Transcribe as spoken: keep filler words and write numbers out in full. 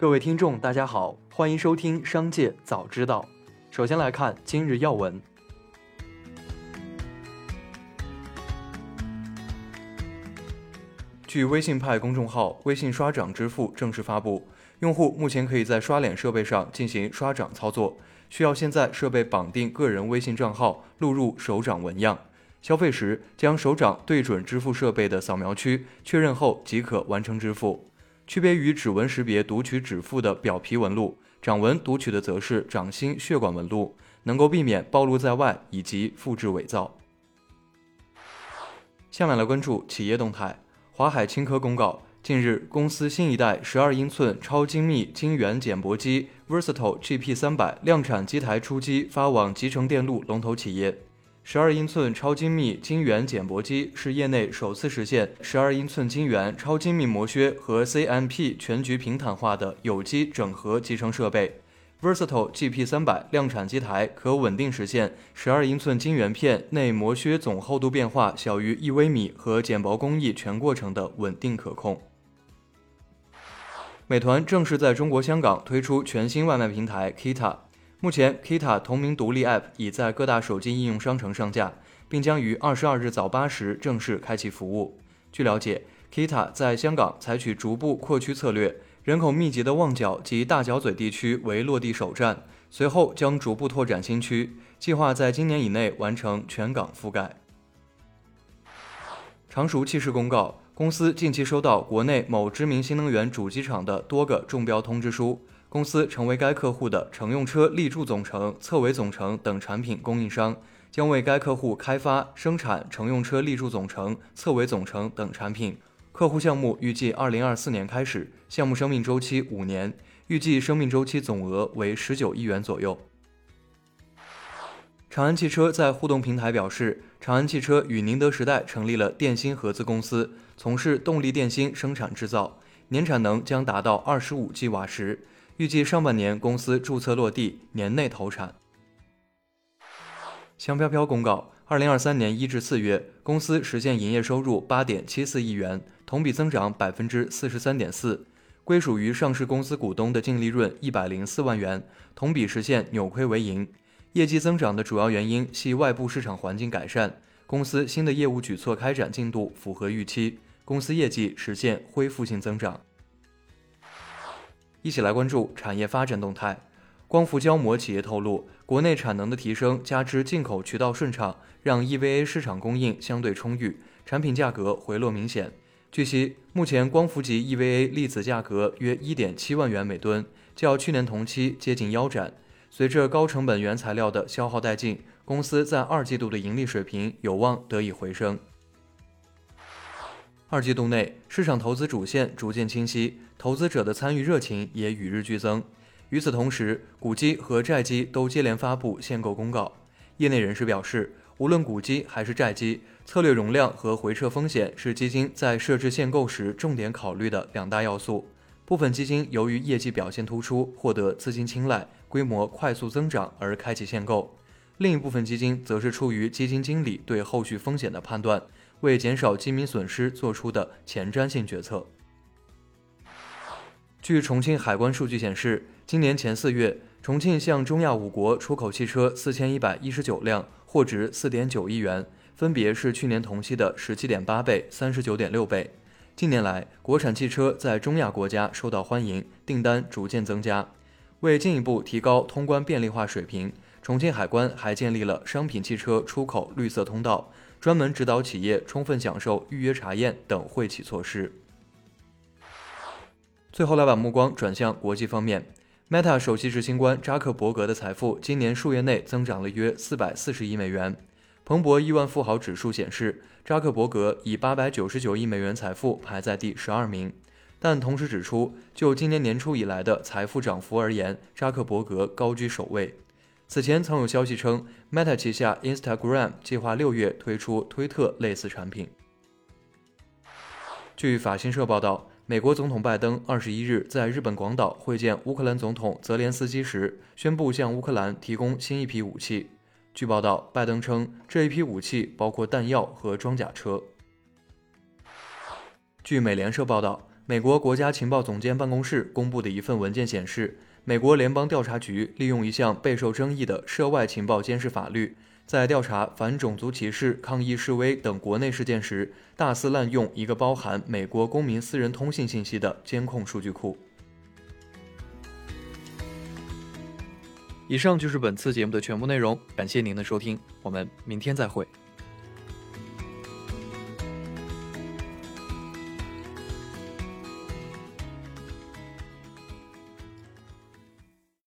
各位听众，大家好，欢迎收听《商界早知道》。首先来看今日要闻。据微信派公众号微信刷掌支付正式发布，用户目前可以在刷脸设备上进行刷掌操作，需要先在设备绑定个人微信账号，录入手掌纹样。消费时将手掌对准支付设备的扫描区，确认后即可完成支付。区别于指纹识别读取指付的表皮纹路，掌纹读取的则是掌心血管纹路，能够避免暴露在外以及复制伪造。下面来关注企业动态。华海青科公告，近日公司新一代十二英寸超精密晶圆减薄机 Versatile G P 三百 量产机台出机发往集成电路龙头企业。十二英寸超精密晶圆减薄机是业内首次实现十二英寸晶圆超精密磨削和 C M P 全局平坦化的有机整合集成设备。Versatile G P 三百 量产机台可稳定实现十二英寸晶圆片内磨削总厚度变化小于一微米和减薄工艺全过程的稳定可控。美团正式在中国香港推出全新外卖平台 Kita。目前 Kita 同名独立 App 已在各大手机应用商城上架，并将于二十二日早八时正式开启服务。据了解， Kita 在香港采取逐步扩区策略，人口密集的旺角及大角咀地区为落地首站，随后将逐步拓展新区，计划在今年以内完成全港覆盖。常熟汽士公告，公司近期收到国内某知名新能源主机厂的多个中标通知书，公司成为该客户的乘用车立柱总成、侧尾总成等产品供应商，将为该客户开发、生产乘用车立柱总成、侧尾总成等产品。客户项目预计二零二四年开始，项目生命周期五年，预计生命周期总额为十九亿元左右。长安汽车在互动平台表示，长安汽车与宁德时代成立了电芯合资公司，从事动力电芯生产制造，年产能将达到二十五吉瓦时，预计上半年公司注册落地，年内投产。香飘飘公告，二零二三年一至四月，公司实现营业收入八点七四亿元，同比增长百分之四十三点四，归属于上市公司股东的净利润一百零四万元，同比实现扭亏为盈。业绩增长的主要原因系外部市场环境改善，公司新的业务举措开展进度符合预期，公司业绩实现恢复性增长。一起来关注产业发展动态。光伏胶膜企业透露，国内产能的提升加之进口渠道顺畅，让 E V A 市场供应相对充裕，产品价格回落明显。据悉，目前光伏级 E V A 粒子价格约 一点七万元每吨，较去年同期接近腰斩。随着高成本原材料的消耗殆尽，公司在二季度的盈利水平有望得以回升。二季度内，市场投资主线逐渐清晰，投资者的参与热情也与日俱增。与此同时，股基和债基都接连发布限购公告。业内人士表示，无论股基还是债基，策略容量和回撤风险是基金在设置限购时重点考虑的两大要素。部分基金由于业绩表现突出，获得资金青睐，规模快速增长而开启限购。另一部分基金则是出于基金经理对后续风险的判断，为减少基民损失做出的前瞻性决策。据重庆海关数据显示，今年前四月，重庆向中亚五国出口汽车四千一百一十九辆，货值 四点九亿元，分别是去年同期的 十七点八倍、三十九点六倍。近年来，国产汽车在中亚国家受到欢迎，订单逐渐增加。为进一步提高通关便利化水平，重庆海关还建立了商品汽车出口绿色通道，专门指导企业充分享受预约查验等惠企措施。最后来把目光转向国际方面， Meta 首席执行官扎克伯格的财富今年数月内增长了约四百四十亿美元。彭博亿万富豪指数显示，扎克伯格以八百九十九亿美元财富排在第十二名，但同时指出，就今年年初以来的财富涨幅而言，扎克伯格高居首位。此前曾有消息称 Meta 旗下 Instagram 计划六月推出推特类似产品。据法新社报道，美国总统拜登二十一日在日本广岛会见乌克兰总统泽连斯基时，宣布向乌克兰提供新一批武器。据报道，拜登称这一批武器包括弹药和装甲车。据美联社报道， 美国国家情报总监办公室公布的一份文件显示，美国联邦调查局利用一项备受争议的涉外情报监视法律，在调查反种族歧视、抗议示威等国内事件时，大肆滥用一个包含美国公民私人通信信息的监控数据库。以上就是本次节目的全部内容，感谢您的收听，我们明天再会。